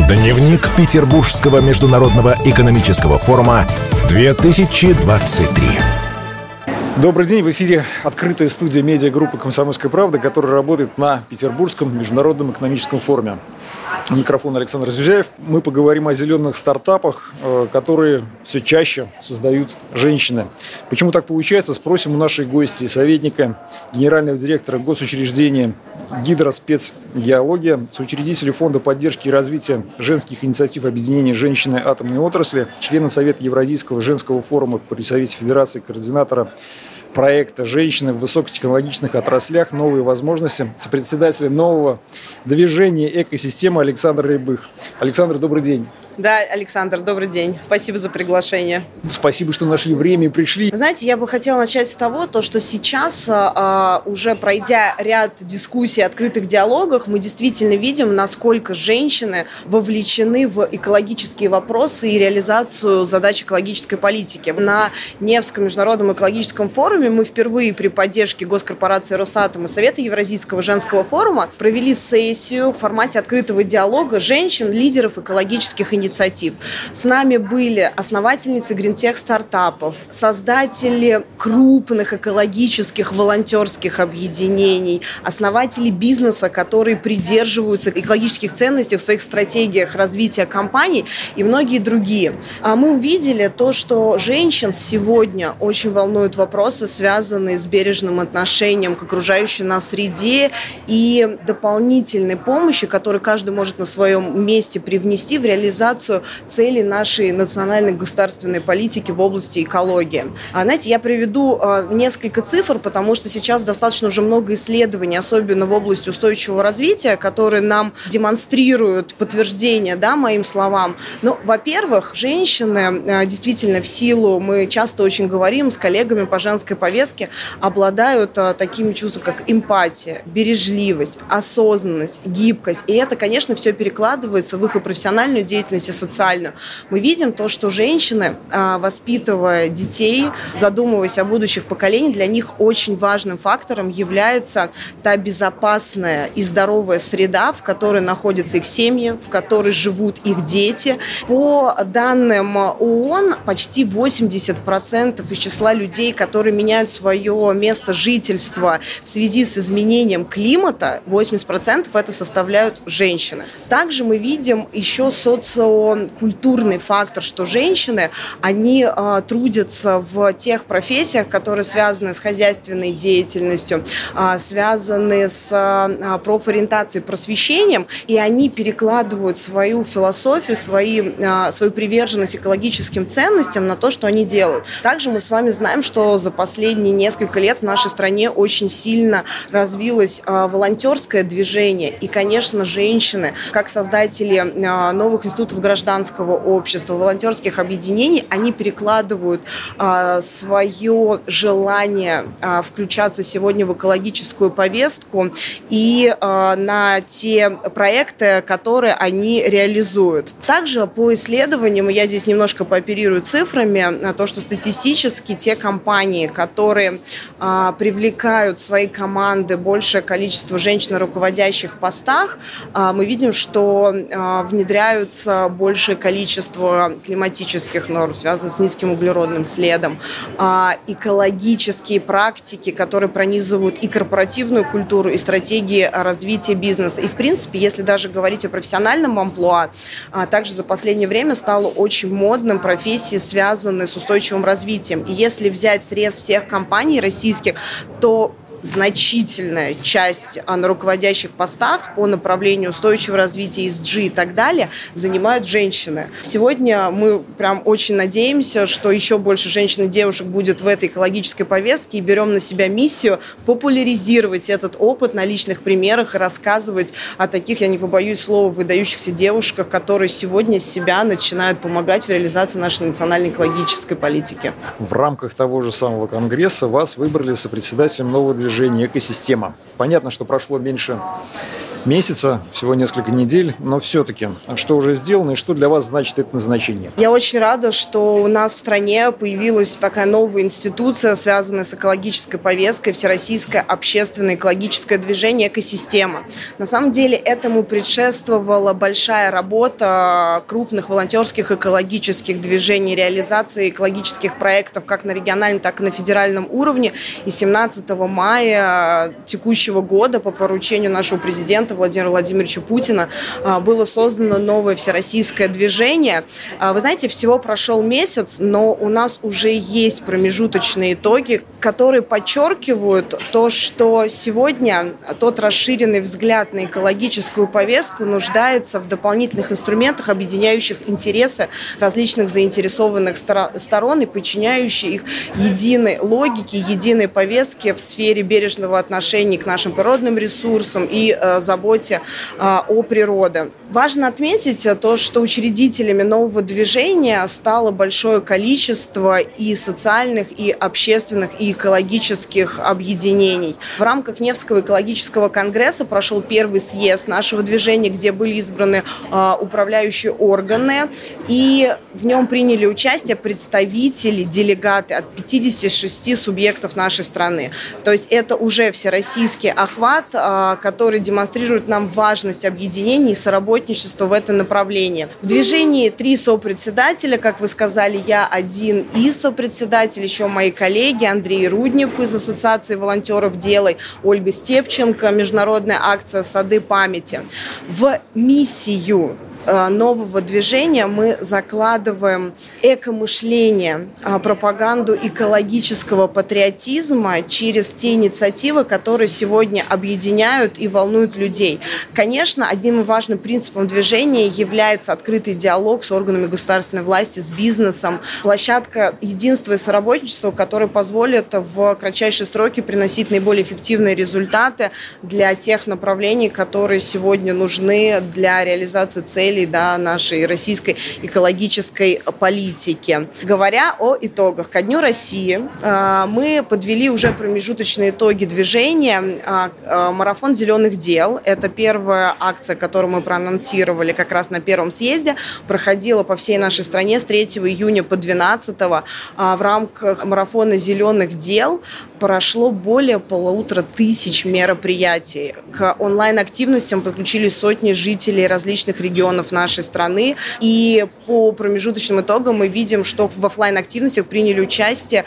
Дневник Петербургского международного экономического форума 2023. Добрый день, в эфире открытая студия медиагруппы «Комсомольская правда», которая работает на Петербургском международном экономическом форуме. Микрофон Александр Зюзяев. Мы поговорим о зеленых стартапах, которые все чаще создают женщины. Почему так получается, спросим у нашей гости, советника генерального директора госучреждения «Гидроспецгеология», соучредителя Фонда поддержки и развития женских инициатив объединения женщины атомной отрасли, члена Совета Евразийского женского форума при Совете Федерации, координатора проекта «Женщины в высокотехнологичных отраслях. Новые возможности», сопредседателя нового движения «Экосистема» Александр Рябых. Александр, добрый день. Да, Александр, добрый день. Спасибо за приглашение. Спасибо, что нашли время и пришли. Знаете, я бы хотела начать с того, что сейчас, уже пройдя ряд дискуссий, открытых диалогах, мы действительно видим, насколько женщины вовлечены в экологические вопросы и реализацию задач экологической политики. На Невском международном экологическом форуме мы впервые при поддержке госкорпорации «Росатом» и Совета Евразийского женского форума провели сессию в формате открытого диалога женщин, лидеров экологических инициатив. С нами были основательницы гринтех-стартапов, создатели крупных экологических волонтерских объединений, основатели бизнеса, которые придерживаются экологических ценностей в своих стратегиях развития компаний и многие другие. Мы увидели то, что женщин сегодня очень волнуют вопросы, связанные с бережным отношением к окружающей нас среде и дополнительной помощи, которую каждый может на своем месте привнести в реализацию целей нашей национальной государственной политики в области экологии. Знаете, я приведу несколько цифр, потому что сейчас достаточно уже много исследований, особенно в области устойчивого развития, которые нам демонстрируют подтверждение, моим словам. Во-первых, женщины действительно в силу, мы часто очень говорим с коллегами по женской повестке, обладают такими чувствами, как эмпатия, бережливость, осознанность, гибкость. И это, конечно, все перекладывается в их и профессиональную деятельность, и социальную. Мы видим то, что женщины, воспитывая детей, задумываясь о будущих поколениях, для них очень важным фактором является та безопасная и здоровая среда, в которой находятся их семьи, в которой живут их дети. По данным ООН, почти 80% из числа людей, которые меняют свое место жительства в связи с изменением климата, 80% это составляют женщины. Также мы видим еще социокультурный фактор, что женщины, они трудятся в тех профессиях, которые связаны с хозяйственной деятельностью, связаны с профориентацией, просвещением, и они перекладывают свою философию, свою приверженность экологическим ценностям на то, что они делают. Также мы с вами знаем, что за последние несколько лет в нашей стране очень сильно развилось волонтерское движение, и, конечно, женщины, как создатели новых институтов гражданского общества, волонтерских объединений, они перекладывают свое желание включаться сегодня в экологическую повестку и на те проекты, которые они реализуют. Также по исследованиям, я здесь немножко пооперирую цифрами, то, что статистически те компании, которые привлекают в свои команды большее количество женщин на руководящих постах, мы видим, что внедряются большее количество климатических норм, связанных с низким углеродным следом, экологические практики, которые пронизывают и корпоративную культуру, и стратегии развития бизнеса. И, в принципе, если даже говорить о профессиональном амплуа, также за последнее время стало очень модным профессии, связанные с устойчивым развитием. И если взять срез всех компаний российских, то значительная часть на руководящих постах по направлению устойчивого развития, ESG и так далее занимают женщины. Сегодня мы прям очень надеемся, что еще больше женщин и девушек будет в этой экологической повестке, и берем на себя миссию популяризировать этот опыт на личных примерах и рассказывать о таких, я не побоюсь слова, выдающихся девушках, которые сегодня себя начинают помогать в реализации нашей национальной экологической политики. В рамках того же самого конгресса вас выбрали сопредседателем нового движения «Экосистема». Понятно, что прошло меньше месяца, всего несколько недель, но все-таки, что уже сделано и что для вас значит это назначение? Я очень рада, что у нас в стране появилась такая новая институция, связанная с экологической повесткой, Всероссийское общественное экологическое движение «Экосистема». На самом деле этому предшествовала большая работа крупных волонтерских экологических движений, реализации экологических проектов как на региональном, так и на федеральном уровне. И 17 мая текущего года по поручению нашего президента Владимира Владимировича Путина было создано новое всероссийское движение. Вы знаете, всего прошел месяц, но у нас уже есть промежуточные итоги, которые подчеркивают то, что сегодня тот расширенный взгляд на экологическую повестку нуждается в дополнительных инструментах, объединяющих интересы различных заинтересованных сторон и подчиняющих их единой логике, единой повестке в сфере бережного отношения к нашим природным ресурсам и заботе о природе. Важно отметить то, что учредителями нового движения стало большое количество и социальных, и общественных, и экологических объединений. В рамках Невского экологического конгресса прошел первый съезд нашего движения, где были избраны управляющие органы, и в нем приняли участие представители, делегаты от 56 субъектов нашей страны. То есть это уже всероссийский охват, который демонстрирует нам важность объединений и соработничества в этом направлении. В движении 3 сопредседателя, как вы сказали, я один из сопредседателей, еще мои коллеги Андрей Руднев из Ассоциации волонтеров «Делай», Ольга Степченко, международная акция «Сады памяти». В миссию нового движения мы закладываем экомышление, пропаганду экологического патриотизма через те инициативы, которые сегодня объединяют и волнуют людей. Конечно, одним важным принципом движения является открытый диалог с органами государственной власти, с бизнесом, площадка единства и соработничества, которая позволит в кратчайшие сроки приносить наиболее эффективные результаты для тех направлений, которые сегодня нужны для реализации целей нашей российской экологической политики. Говоря о итогах, ко Дню России мы подвели уже промежуточные итоги движения. Марафон зеленых дел. Это первая акция, которую мы проанонсировали как раз на первом съезде. Проходила по всей нашей стране с 3 июня по 12. В рамках марафона зеленых дел прошло более 1500 мероприятий. К онлайн-активностям подключились сотни жителей различных регионов нашей страны. И по промежуточным итогам мы видим, что в офлайн-активностях приняли участие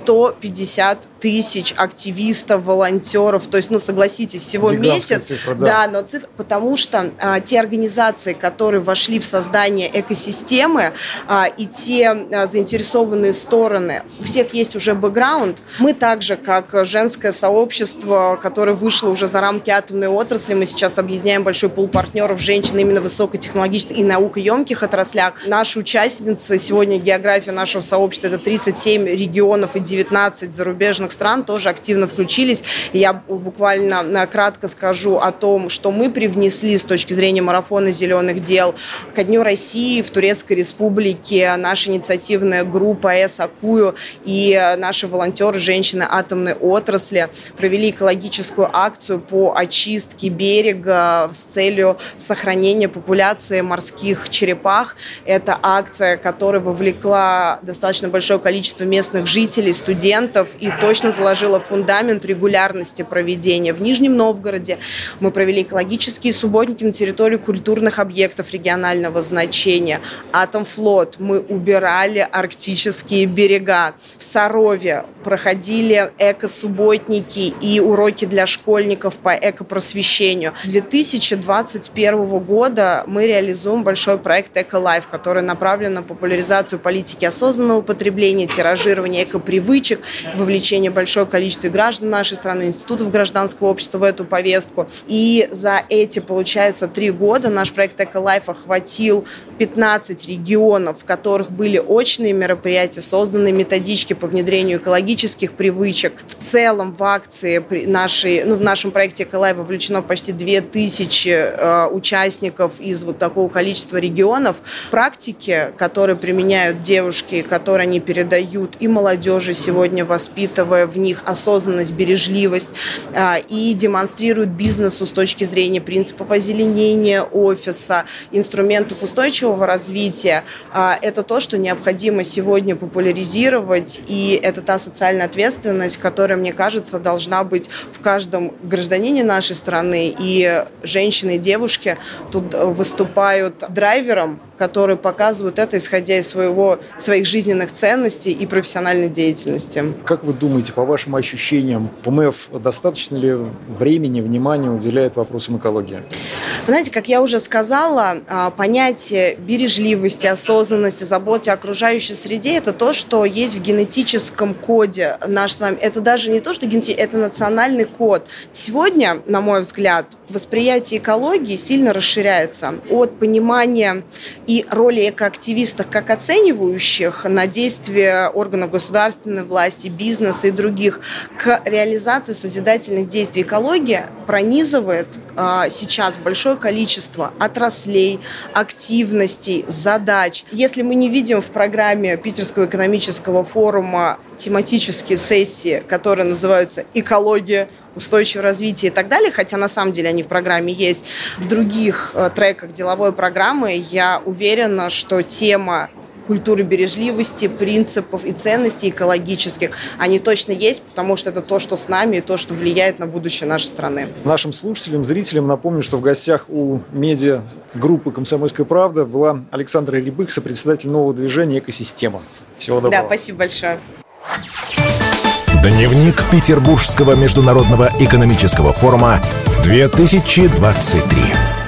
150 тысяч активистов, волонтеров. То есть, согласитесь, всего месяц. Цифра, да. Но цифра, потому что те организации, которые вошли в создание экосистемы, и те заинтересованные стороны, у всех есть уже бэкграунд. Мы также, как женское сообщество, которое вышло уже за рамки атомной отрасли, мы сейчас объединяем большой пул партнеров женщин именно в высокотехнологичных и наукоемких отраслях. Наши участницы, сегодня география нашего сообщества, это 37 регионов и 19 зарубежных стран, тоже активно включились. Я буквально кратко скажу о том, что мы привнесли с точки зрения марафона зеленых дел ко Дню России в Турецкой Республике. Наша инициативная группа ЭС-Акую и наши волонтеры, женщины атомной отрасли, провели экологическую акцию по очистке берега с целью сохранения популяции морских черепах. Это акция, которая вовлекла достаточно большое количество местных жителей, студентов и точно заложила фундамент регулярности проведения. В Нижнем Новгороде мы провели экологические субботники на территории культурных объектов регионального значения. Атомфлот, мы убирали арктические берега. В Сарове проходили эко-субботники и уроки для школьников по экопросвещению. С 2021 года мы реализуем большой проект «Эко-Лайф», который направлен на популяризацию политики осознанного потребления, тиражирования эко-привычек, вовлечение большое количество граждан нашей страны, институтов гражданского общества в эту повестку. И за эти, получается, 3 года наш проект «Эко-Лайф» охватил 15 регионов, в которых были очные мероприятия, созданы методички по внедрению экологических привычек. В целом в акции в нашем проекте «Эко-Лайф» вовлечено почти 2000 участников из такого количества регионов. Практики, которые применяют девушки, которые они передают и молодежи сегодня, воспитывая в них осознанность, бережливость, и демонстрируют бизнесу с точки зрения принципов озеленения офиса, инструментов устойчивого развития. Это то, что необходимо сегодня популяризировать, и это та социальная ответственность, которая, мне кажется, должна быть в каждом гражданине нашей страны. И женщины и девушки тут выступают драйвером, которые показывают это, исходя из своих жизненных ценностей и профессиональной деятельности. Как вы думаете, по вашим ощущениям, ПМФ достаточно ли времени, внимания уделяет вопросам экологии? Знаете, как я уже сказала, понятие бережливости, осознанности, заботы о окружающей среде – это то, что есть в генетическом коде наш с вами. Это даже не то, что это национальный код. Сегодня, на мой взгляд, восприятие экологии сильно расширяется от понимания и роли экоактивистов как оценивающих на действия органов государственной власти, бизнеса и других к реализации созидательных действий. Экология пронизывает сейчас большое количество отраслей, активностей, задач. Если мы не видим в программе Питерского экономического форума тематические сессии, которые называются «Экология», устойчивое развитие и так далее, хотя на самом деле они в программе есть, в других треках деловой программы, я уверена, что тема культуры бережливости, принципов и ценностей экологических, они точно есть, потому что это то, что с нами и то, что влияет на будущее нашей страны. Нашим слушателям, зрителям напомню, что в гостях у медиагруппы «Комсомольская правда» была Александра Рябых, сопредседатель нового движения «Экосистема». Всего доброго. Да, спасибо большое. Дневник Петербургского международного экономического форума 2023.